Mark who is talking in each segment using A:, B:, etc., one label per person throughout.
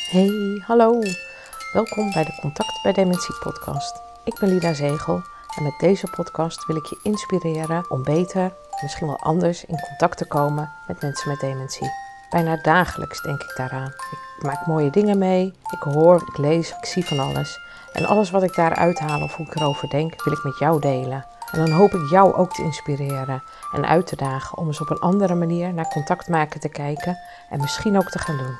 A: Hey, hallo. Welkom bij de Contact bij Dementie podcast. Ik ben Lida Zegel en met deze podcast wil ik je inspireren om beter, misschien wel anders, in contact te komen met mensen met dementie. Bijna dagelijks denk ik daaraan. Ik maak mooie dingen mee, ik hoor, ik lees, ik zie van alles. En alles wat ik daar uithaal of hoe ik erover denk, wil ik met jou delen. En dan hoop ik jou ook te inspireren en uit te dagen om eens op een andere manier naar contact maken te kijken en misschien ook te gaan doen.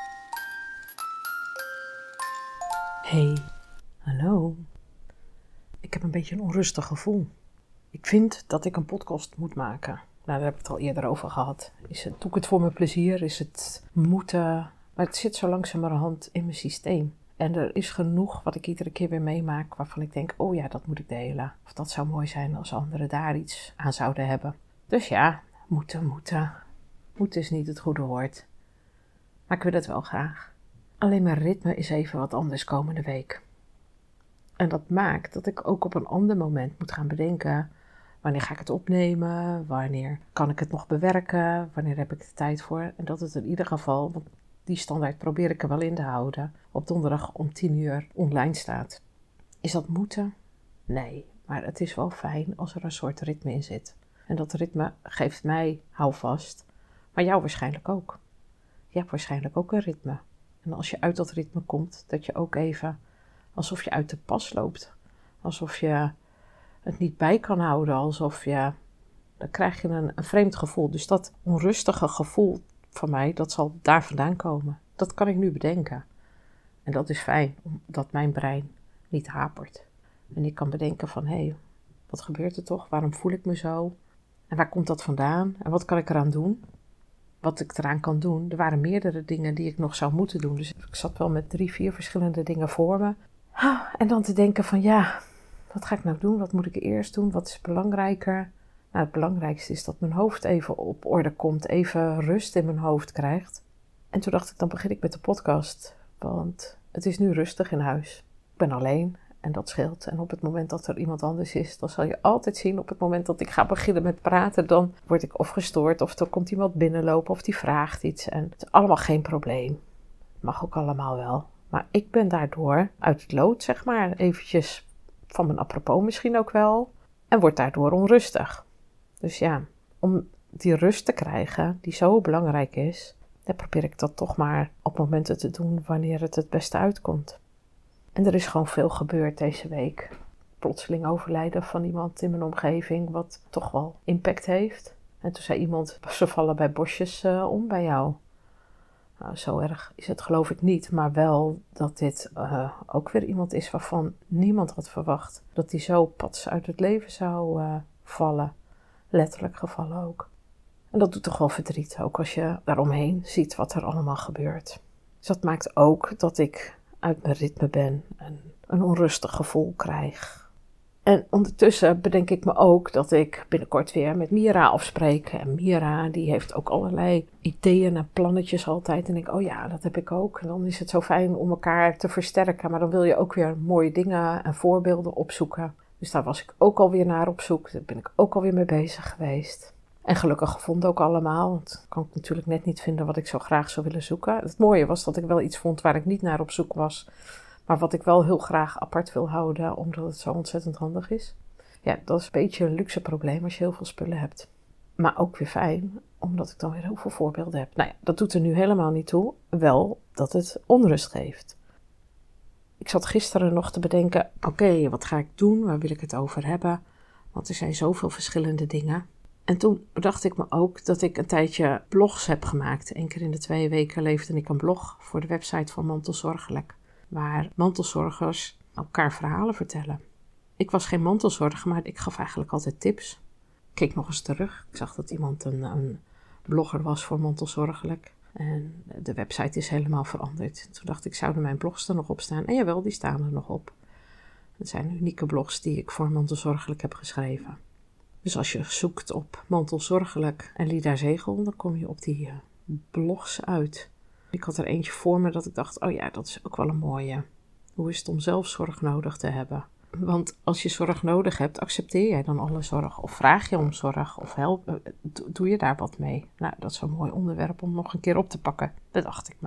A: Hey, hallo. Ik heb een beetje een onrustig gevoel. Ik vind dat ik een podcast moet maken. Nou, daar heb ik het al eerder over gehad. Doe ik het voor mijn plezier? Is het moeten? Maar het zit zo langzamerhand in mijn systeem. En er is genoeg wat ik iedere keer weer meemaak waarvan ik denk, oh ja, dat moet ik delen. Of dat zou mooi zijn als anderen daar iets aan zouden hebben. Dus ja, moeten. Moeten is niet het goede woord. Maar ik wil het wel graag. Alleen mijn ritme is even wat anders komende week. En dat maakt dat ik ook op een ander moment moet gaan bedenken, wanneer ga ik het opnemen, wanneer kan ik het nog bewerken, wanneer heb ik de tijd voor. En dat het in ieder geval, want die standaard probeer ik er wel in te houden, op donderdag om 10:00 online staat. Is dat moeten? Nee, maar het is wel fijn als er een soort ritme in zit. En dat ritme geeft mij houvast, maar jou waarschijnlijk ook. Je hebt waarschijnlijk ook een ritme. En als je uit dat ritme komt, dat je ook even, alsof je uit de pas loopt. Alsof je het niet bij kan houden, dan krijg je een vreemd gevoel. Dus dat onrustige gevoel van mij, dat zal daar vandaan komen. Dat kan ik nu bedenken. En dat is fijn, omdat mijn brein niet hapert. En ik kan bedenken van, hé, wat gebeurt er toch? Waarom voel ik me zo? En waar komt dat vandaan? En wat kan ik eraan doen? Wat ik eraan kan doen. Er waren meerdere dingen die ik nog zou moeten doen. Dus ik zat wel met 3, 4 verschillende dingen voor me. En dan te denken van ja, wat ga ik nou doen? Wat moet ik eerst doen? Wat is belangrijker? Nou, het belangrijkste is dat mijn hoofd even op orde komt. Even rust in mijn hoofd krijgt. En toen dacht ik, dan begin ik met de podcast. Want het is nu rustig in huis. Ik ben alleen en dat scheelt. En op het moment dat er iemand anders is, dan zal je altijd zien, op het moment dat ik ga beginnen met praten, dan word ik of gestoord of er komt iemand binnenlopen of die vraagt iets. En het is allemaal geen probleem. Mag ook allemaal wel. Maar ik ben daardoor uit het lood, zeg maar, eventjes van mijn apropos misschien ook wel. En word daardoor onrustig. Dus ja, om die rust te krijgen, die zo belangrijk is, dan probeer ik dat toch maar op momenten te doen wanneer het beste uitkomt. En er is gewoon veel gebeurd deze week. Plotseling overlijden van iemand in mijn omgeving, wat toch wel impact heeft. En toen zei iemand, ze vallen bij bosjes om bij jou. Nou, zo erg is het geloof ik niet, maar wel dat dit ook weer iemand is waarvan niemand had verwacht. Dat die zo pats uit het leven zou vallen. Letterlijk gevallen ook. En dat doet toch wel verdriet, ook als je daaromheen ziet wat er allemaal gebeurt. Dus dat maakt ook dat ik uit mijn ritme ben en een onrustig gevoel krijg. En ondertussen bedenk ik me ook dat ik binnenkort weer met Mira afspreek. En Mira die heeft ook allerlei ideeën en plannetjes altijd. En ik denk, oh ja, dat heb ik ook. En dan is het zo fijn om elkaar te versterken. Maar dan wil je ook weer mooie dingen en voorbeelden opzoeken. Dus daar was ik ook alweer naar op zoek. Daar ben ik ook alweer mee bezig geweest. En gelukkig gevonden ook allemaal. Want kan ik natuurlijk net niet vinden wat ik zo graag zou willen zoeken. Het mooie was dat ik wel iets vond waar ik niet naar op zoek was. Maar wat ik wel heel graag apart wil houden, omdat het zo ontzettend handig is. Ja, dat is een beetje een luxe probleem als je heel veel spullen hebt. Maar ook weer fijn, omdat ik dan weer heel veel voorbeelden heb. Nou ja, dat doet er nu helemaal niet toe. Wel dat het onrust geeft. Ik zat gisteren nog te bedenken, oké, wat ga ik doen? Waar wil ik het over hebben? Want er zijn zoveel verschillende dingen. En toen bedacht ik me ook dat ik een tijdje blogs heb gemaakt. 1 keer in de 2 weken leefde ik een blog voor de website van Mantelzorgelijk. Waar mantelzorgers elkaar verhalen vertellen. Ik was geen mantelzorger, maar ik gaf eigenlijk altijd tips. Ik keek nog eens terug. Ik zag dat iemand een blogger was voor Mantelzorgelijk. En de website is helemaal veranderd. Toen dacht ik, zouden mijn blogs er nog op staan? En jawel, die staan er nog op. Het zijn unieke blogs die ik voor Mantelzorgelijk heb geschreven. Dus als je zoekt op Mantelzorgelijk en Lida Zegel, dan kom je op die blogs uit. Ik had er eentje voor me dat ik dacht, oh ja, dat is ook wel een mooie. Hoe is het om zelf zorg nodig te hebben? Want als je zorg nodig hebt, accepteer jij dan alle zorg? Of vraag je om zorg? Of doe je daar wat mee? Nou, dat is een mooi onderwerp om nog een keer op te pakken, bedacht ik me.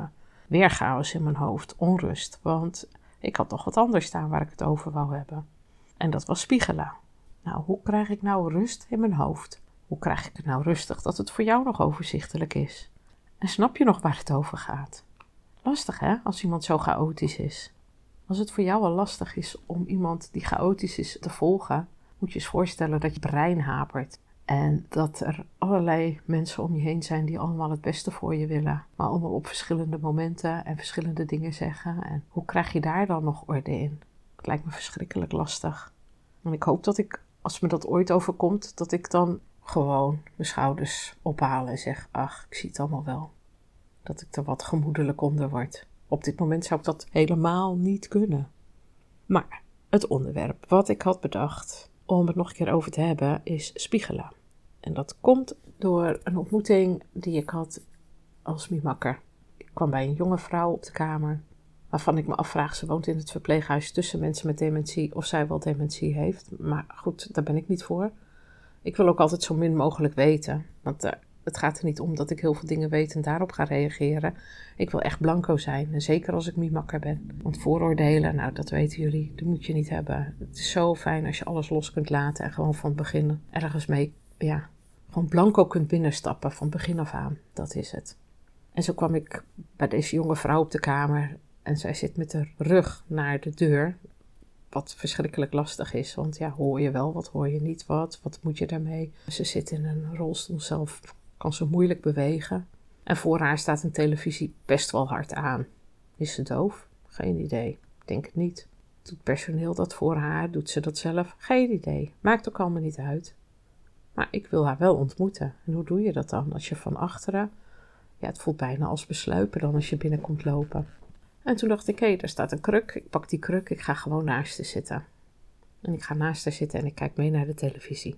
A: Weer chaos in mijn hoofd, onrust, want ik had nog wat anders staan waar ik het over wou hebben. En dat was spiegelen. Nou, hoe krijg ik nou rust in mijn hoofd? Hoe krijg ik het nou rustig dat het voor jou nog overzichtelijk is? En snap je nog waar het over gaat? Lastig hè, als iemand zo chaotisch is. Als het voor jou al lastig is om iemand die chaotisch is te volgen, moet je eens voorstellen dat je brein hapert. En dat er allerlei mensen om je heen zijn die allemaal het beste voor je willen. Maar allemaal op verschillende momenten en verschillende dingen zeggen. En hoe krijg je daar dan nog orde in? Het lijkt me verschrikkelijk lastig. En ik hoop dat ik, als me dat ooit overkomt, dat ik dan gewoon mijn schouders ophaal en zeg, ach, ik zie het allemaal wel. Dat ik er wat gemoedelijk onder word. Op dit moment zou ik dat helemaal niet kunnen. Maar het onderwerp wat ik had bedacht om het nog een keer over te hebben is spiegelen. En dat komt door een ontmoeting die ik had als mimakker. Ik kwam bij een jonge vrouw op de kamer, waarvan ik me afvraag, ze woont in het verpleeghuis tussen mensen met dementie of zij wel dementie heeft. Maar goed, daar ben ik niet voor. Ik wil ook altijd zo min mogelijk weten, want het gaat er niet om dat ik heel veel dingen weet en daarop ga reageren. Ik wil echt blanco zijn, en zeker als ik mimakker ben. Want vooroordelen, nou dat weten jullie, dat moet je niet hebben. Het is zo fijn als je alles los kunt laten en gewoon van het begin ergens mee, ja, gewoon blanco kunt binnenstappen van begin af aan. Dat is het. En zo kwam ik bij deze jonge vrouw op de kamer en zij zit met de rug naar de deur. Wat verschrikkelijk lastig is, want ja, hoor je wel, wat hoor je niet, wat moet je daarmee? Ze zit in een rolstoel zelf, kan ze moeilijk bewegen. En voor haar staat een televisie best wel hard aan. Is ze doof? Geen idee. Ik denk het niet. Doet personeel dat voor haar? Doet ze dat zelf? Geen idee. Maakt ook allemaal niet uit. Maar ik wil haar wel ontmoeten. En hoe doe je dat dan? Als je van achteren, ja, het voelt bijna als besluipen dan als je binnenkomt lopen. En toen dacht ik, hé, daar staat een kruk. Ik pak die kruk, ik ga gewoon naast haar zitten. En ik ga naast haar zitten en ik kijk mee naar de televisie.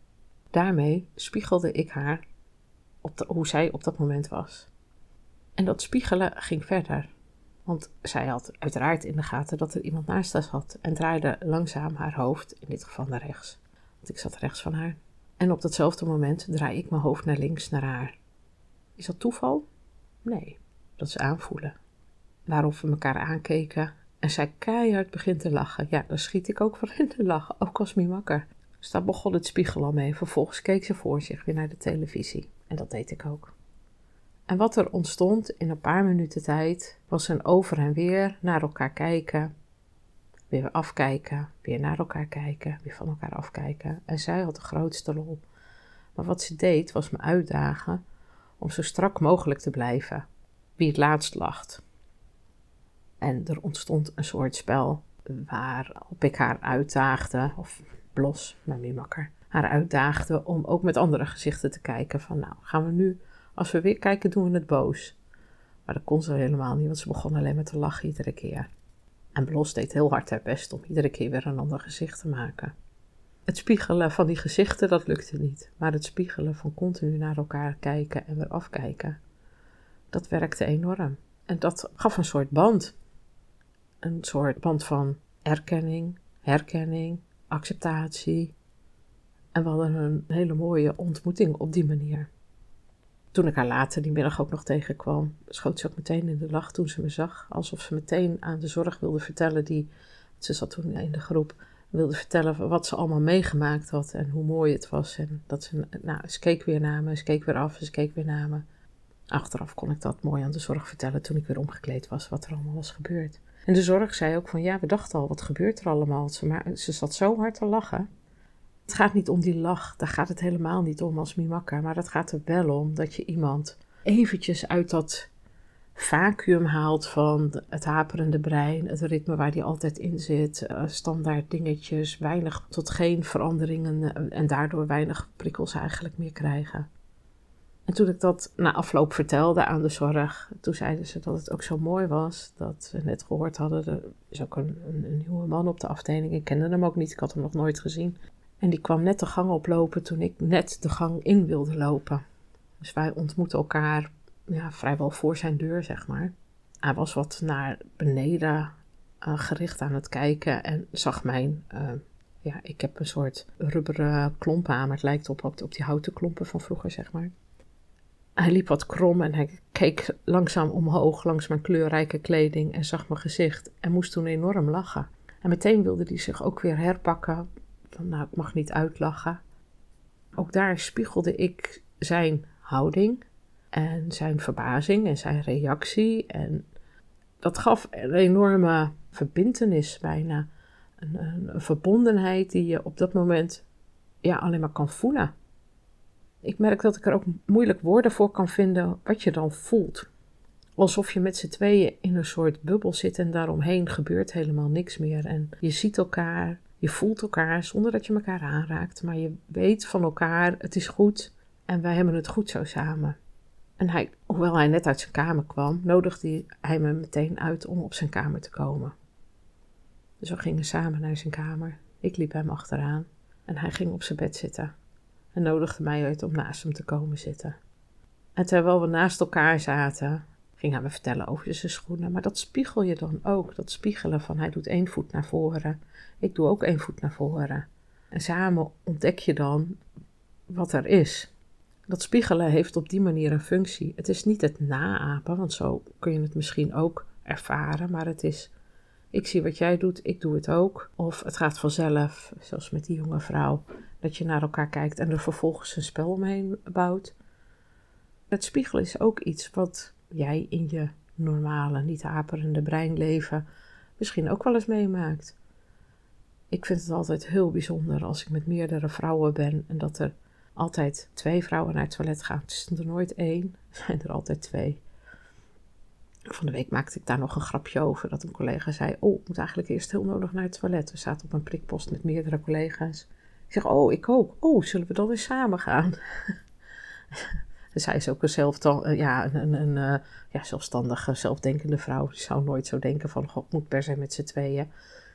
A: Daarmee spiegelde ik haar hoe zij op dat moment was. En dat spiegelen ging verder. Want zij had uiteraard in de gaten dat er iemand naast haar zat. En draaide langzaam haar hoofd, in dit geval naar rechts. Want ik zat rechts van haar. En op datzelfde moment draai ik mijn hoofd naar links naar haar. Is dat toeval? Nee, dat is aanvoelen. Waarop we elkaar aankeken en zij keihard begint te lachen. Ja, dan schiet ik ook van in te lachen, ook als mimakker. Dus daar begon het spiegel al mee. Vervolgens keek ze voor zich weer naar de televisie. En dat deed ik ook. En wat er ontstond in een paar minuten tijd, was een over en weer naar elkaar kijken. Weer afkijken, weer naar elkaar kijken, weer van elkaar afkijken. En zij had de grootste lol. Maar wat ze deed, was me uitdagen om zo strak mogelijk te blijven. Wie het laatst lacht. En er ontstond een soort spel waarop ik haar uitdaagde, of Blos, mijn mimakker, haar uitdaagde om ook met andere gezichten te kijken. Van nou, gaan we nu, als we weer kijken, doen we het boos. Maar dat kon ze helemaal niet, want ze begon alleen maar te lachen iedere keer. En Blos deed heel hard haar best om iedere keer weer een ander gezicht te maken. Het spiegelen van die gezichten, dat lukte niet. Maar het spiegelen van continu naar elkaar kijken en weer afkijken, dat werkte enorm. En dat gaf een soort band. Een soort band van erkenning, herkenning, acceptatie. En we hadden een hele mooie ontmoeting op die manier. Toen ik haar later die middag ook nog tegenkwam, schoot ze ook meteen in de lach toen ze me zag. Alsof ze meteen aan de zorg wilde vertellen, ze zat toen in de groep, wilde vertellen wat ze allemaal meegemaakt had en hoe mooi het was. En dat ze keek weer naar me, ze keek weer af, ze keek weer naar me. Achteraf kon ik dat mooi aan de zorg vertellen toen ik weer omgekleed was, wat er allemaal was gebeurd. En de zorg zei ook van, ja, we dachten al, wat gebeurt er allemaal? Ze zat zo hard te lachen. Het gaat niet om die lach, daar gaat het helemaal niet om als mimakker. Maar het gaat er wel om dat je iemand eventjes uit dat vacuüm haalt van het haperende brein, het ritme waar die altijd in zit, standaard dingetjes, weinig tot geen veranderingen en daardoor weinig prikkels eigenlijk meer krijgen. En toen ik dat na afloop vertelde aan de zorg, toen zeiden ze dat het ook zo mooi was, dat we net gehoord hadden, er is ook een nieuwe man op de afdeling, ik kende hem ook niet, ik had hem nog nooit gezien. En die kwam net de gang oplopen toen ik net de gang in wilde lopen. Dus wij ontmoetten elkaar vrijwel voor zijn deur, zeg maar. Hij was wat naar beneden gericht aan het kijken en zag mijn... ik heb een soort rubberen klompen aan, maar het lijkt op die houten klompen van vroeger, zeg maar. Hij liep wat krom en hij keek langzaam omhoog langs mijn kleurrijke kleding en zag mijn gezicht en moest toen enorm lachen. En meteen wilde hij zich ook weer herpakken. Van, nou, ik mag niet uitlachen. Ook daar spiegelde ik zijn houding en zijn verbazing en zijn reactie. En dat gaf een enorme verbintenis bijna. Een verbondenheid die je op dat moment alleen maar kan voelen. Ik merk dat ik er ook moeilijk woorden voor kan vinden wat je dan voelt. Alsof je met z'n tweeën in een soort bubbel zit en daaromheen gebeurt helemaal niks meer. En je ziet elkaar, je voelt elkaar zonder dat je elkaar aanraakt. Maar je weet van elkaar, het is goed en wij hebben het goed zo samen. En hoewel hij net uit zijn kamer kwam, nodigde hij me meteen uit om op zijn kamer te komen. Dus we gingen samen naar zijn kamer. Ik liep hem achteraan en hij ging op zijn bed zitten. En nodigde mij uit om naast hem te komen zitten. En terwijl we naast elkaar zaten, ging hij me vertellen over zijn schoenen. Maar dat spiegel je dan ook. Dat spiegelen van hij doet 1 voet naar voren. Ik doe ook 1 voet naar voren. En samen ontdek je dan wat er is. Dat spiegelen heeft op die manier een functie. Het is niet het naapen, want zo kun je het misschien ook ervaren. Maar het is, ik zie wat jij doet, ik doe het ook. Of het gaat vanzelf, zoals met die jonge vrouw, dat je naar elkaar kijkt en er vervolgens een spel omheen bouwt. Het spiegelen is ook iets wat jij in je normale, niet haperende breinleven misschien ook wel eens meemaakt. Ik vind het altijd heel bijzonder als ik met meerdere vrouwen ben en dat er altijd 2 vrouwen naar het toilet gaan. Het is er nooit 1, er zijn er altijd 2. Van de week maakte ik daar nog een grapje over, dat een collega zei, ik moet eigenlijk eerst heel nodig naar het toilet. We zaten op een prikpost met meerdere collega's. Ik zeg, ik ook. Zullen we dan weer samen gaan? Dus zij is ook een zelfstandige, zelfdenkende vrouw. Die zou nooit zo denken van, ik moet per se met z'n tweeën.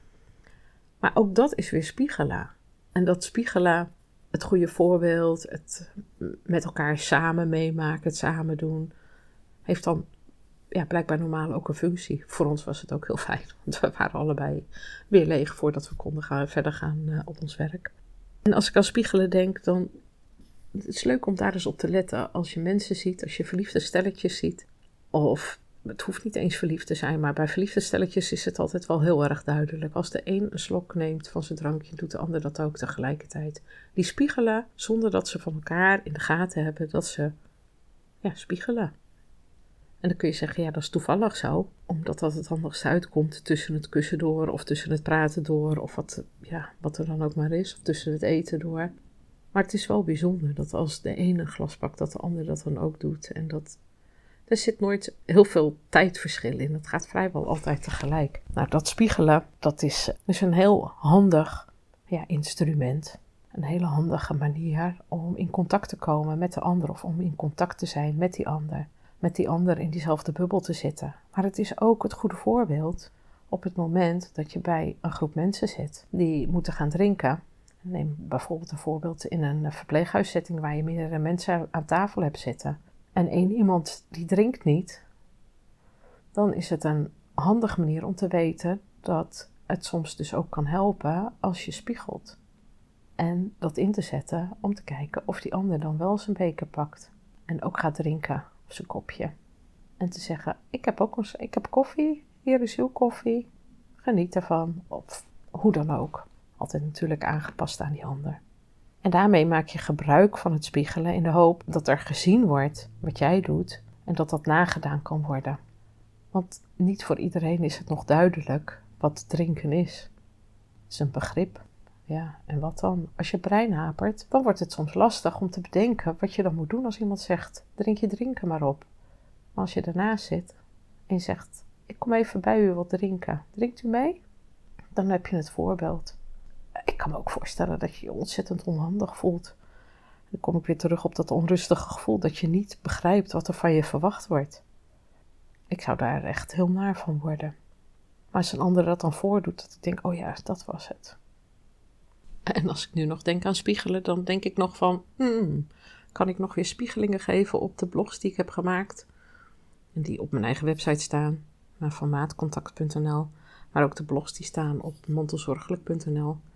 A: Maar ook dat is weer spiegelen. En dat spiegelen, het goede voorbeeld, het met elkaar samen meemaken, het samen doen, heeft dan blijkbaar normaal ook een functie. Voor ons was het ook heel fijn, want we waren allebei weer leeg voordat we konden verder gaan op ons werk. En als ik aan spiegelen denk, dan het is leuk om daar eens op te letten als je mensen ziet, als je verliefde stelletjes ziet. Of het hoeft niet eens verliefd te zijn, maar bij verliefde stelletjes is het altijd wel heel erg duidelijk. Als de een een slok neemt van zijn drankje, doet de ander dat ook tegelijkertijd. Die spiegelen zonder dat ze van elkaar in de gaten hebben dat ze spiegelen. En dan kun je zeggen, dat is toevallig zo, omdat dat het handigst uitkomt tussen het kussen door of tussen het praten door of wat er dan ook maar is, of tussen het eten door. Maar het is wel bijzonder dat als de ene een glas pakt, dat de ander dat dan ook doet. En er zit nooit heel veel tijdverschil in. Het gaat vrijwel altijd tegelijk. Nou, dat spiegelen, dat is een heel handig instrument. Een hele handige manier om in contact te komen met de ander. Of om in contact te zijn met die ander. Met die ander in diezelfde bubbel te zitten. Maar het is ook het goede voorbeeld op het moment dat je bij een groep mensen zit die moeten gaan drinken. Neem bijvoorbeeld een voorbeeld in een verpleeghuissetting waar je meerdere mensen aan tafel hebt zitten. En één iemand die drinkt niet, dan is het een handige manier om te weten dat het soms dus ook kan helpen als je spiegelt. En dat in te zetten om te kijken of die ander dan wel zijn beker pakt. En ook gaat drinken of zijn kopje. En te zeggen, ik heb koffie, hier is uw koffie, geniet ervan. Of hoe dan ook. Altijd natuurlijk aangepast aan die ander. En daarmee maak je gebruik van het spiegelen in de hoop dat er gezien wordt wat jij doet en dat dat nagedaan kan worden. Want niet voor iedereen is het nog duidelijk wat drinken is. Het is een begrip. Ja, en wat dan? Als je brein hapert, dan wordt het soms lastig om te bedenken wat je dan moet doen als iemand zegt, drink je drinken maar op. Maar als je ernaast zit en je zegt, ik kom even bij u wat drinken. Drinkt u mee? Dan heb je het voorbeeld. Ik kan me ook voorstellen dat je je ontzettend onhandig voelt. Dan kom ik weer terug op dat onrustige gevoel dat je niet begrijpt wat er van je verwacht wordt. Ik zou daar echt heel naar van worden. Maar als een ander dat dan voordoet, dat ik denk, dat was het. En als ik nu nog denk aan spiegelen, dan denk ik nog van, kan ik nog weer spiegelingen geven op de blogs die ik heb gemaakt? En die op mijn eigen website staan, naar formaatcontact.nl. Maar ook de blogs die staan op mantelzorgelijk.nl.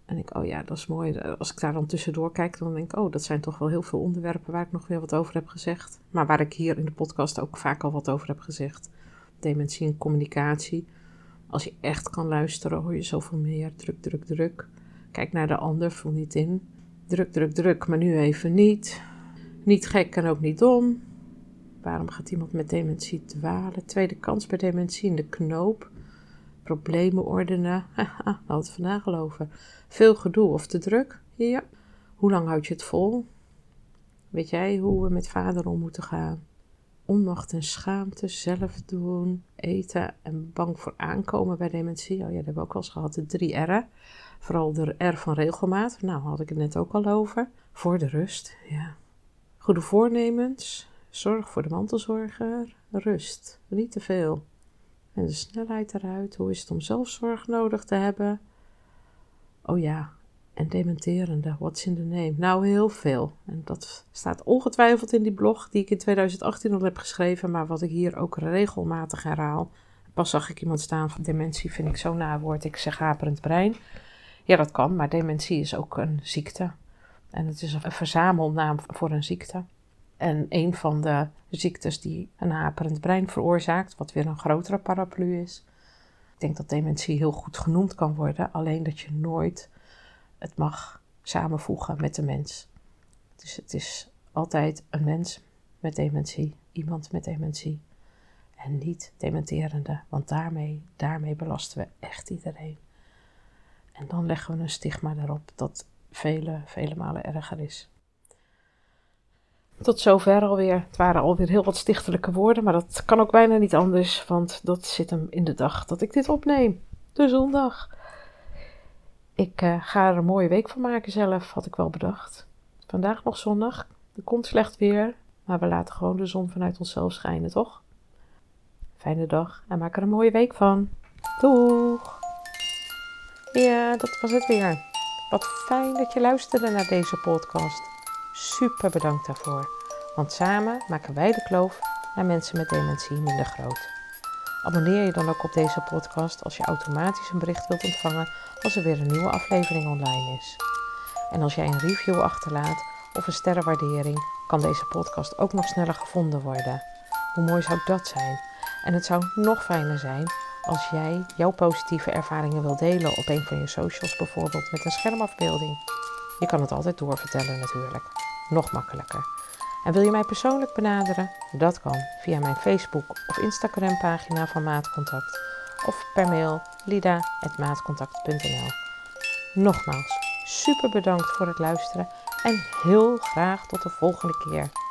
A: En ik, oh ja, dat is mooi. Als ik daar dan tussendoor kijk, dan denk ik, oh, dat zijn toch wel heel veel onderwerpen waar ik nog weer wat over heb gezegd. Maar waar ik hier in de podcast ook vaak al wat over heb gezegd. Dementie en communicatie. Als je echt kan luisteren, hoor je zoveel meer. Druk, druk, druk. Kijk naar de ander, voel niet in. Druk, druk, druk, maar nu even niet. Niet gek en ook niet dom. Waarom gaat iemand met dementie dwalen? Tweede kans bij dementie in de knoop. Problemen ordenen. Haha, hadden we vandaag al over. Veel gedoe of te druk? Ja. Hoe lang houd je het vol? Weet jij hoe we met vader om moeten gaan? Onmacht en schaamte, zelf doen, eten en bang voor aankomen bij dementie. Oh ja, dat hebben we ook al eens gehad. De 3 R'en. Vooral de R van regelmaat. Nou, had ik het net ook al over. Voor de rust, ja. Goede voornemens. Zorg voor de mantelzorger. Rust. Niet te veel. En de snelheid eruit. Hoe is het om zelfzorg nodig te hebben? Oh ja, en dementerende. What's in the name? Nou, heel veel. En dat staat ongetwijfeld in die blog die ik in 2018 al heb geschreven, maar wat ik hier ook regelmatig herhaal. Pas zag ik iemand staan van dementie, vind ik zo'n nawoord. Ik zeg haperend brein. Ja, dat kan, maar dementie is ook een ziekte. En het is een verzamelnaam voor een ziekte. En een van de ziektes die een haperend brein veroorzaakt, wat weer een grotere paraplu is. Ik denk dat dementie heel goed genoemd kan worden, alleen dat je nooit het mag samenvoegen met de mens. Dus het is altijd een mens met dementie, iemand met dementie en niet dementerende, want daarmee belasten we echt iedereen. En dan leggen we een stigma erop dat vele malen erger is. Tot zover alweer. Het waren alweer heel wat stichtelijke woorden, maar dat kan ook bijna niet anders, want dat zit hem in de dag dat ik dit opneem. De zondag. Ik ga er een mooie week van maken zelf, had ik wel bedacht. Vandaag nog zondag. Er komt slecht weer, maar we laten gewoon de zon vanuit onszelf schijnen, toch? Fijne dag en maak er een mooie week van. Doeg! Ja, dat was het weer. Wat fijn dat je luisterde naar deze podcast. Super bedankt daarvoor. Want samen maken wij de kloof naar mensen met dementie minder groot. Abonneer je dan ook op deze podcast als je automatisch een bericht wilt ontvangen als er weer een nieuwe aflevering online is. En als jij een review achterlaat of een sterrenwaardering, kan deze podcast ook nog sneller gevonden worden. Hoe mooi zou dat zijn? En het zou nog fijner zijn als jij jouw positieve ervaringen wilt delen op een van je socials, bijvoorbeeld met een schermafbeelding. Je kan het altijd doorvertellen natuurlijk. Nog makkelijker. En wil je mij persoonlijk benaderen? Dat kan via mijn Facebook of Instagram pagina van Maatcontact of per mail lida@maatcontact.nl. Nogmaals, super bedankt voor het luisteren en heel graag tot de volgende keer.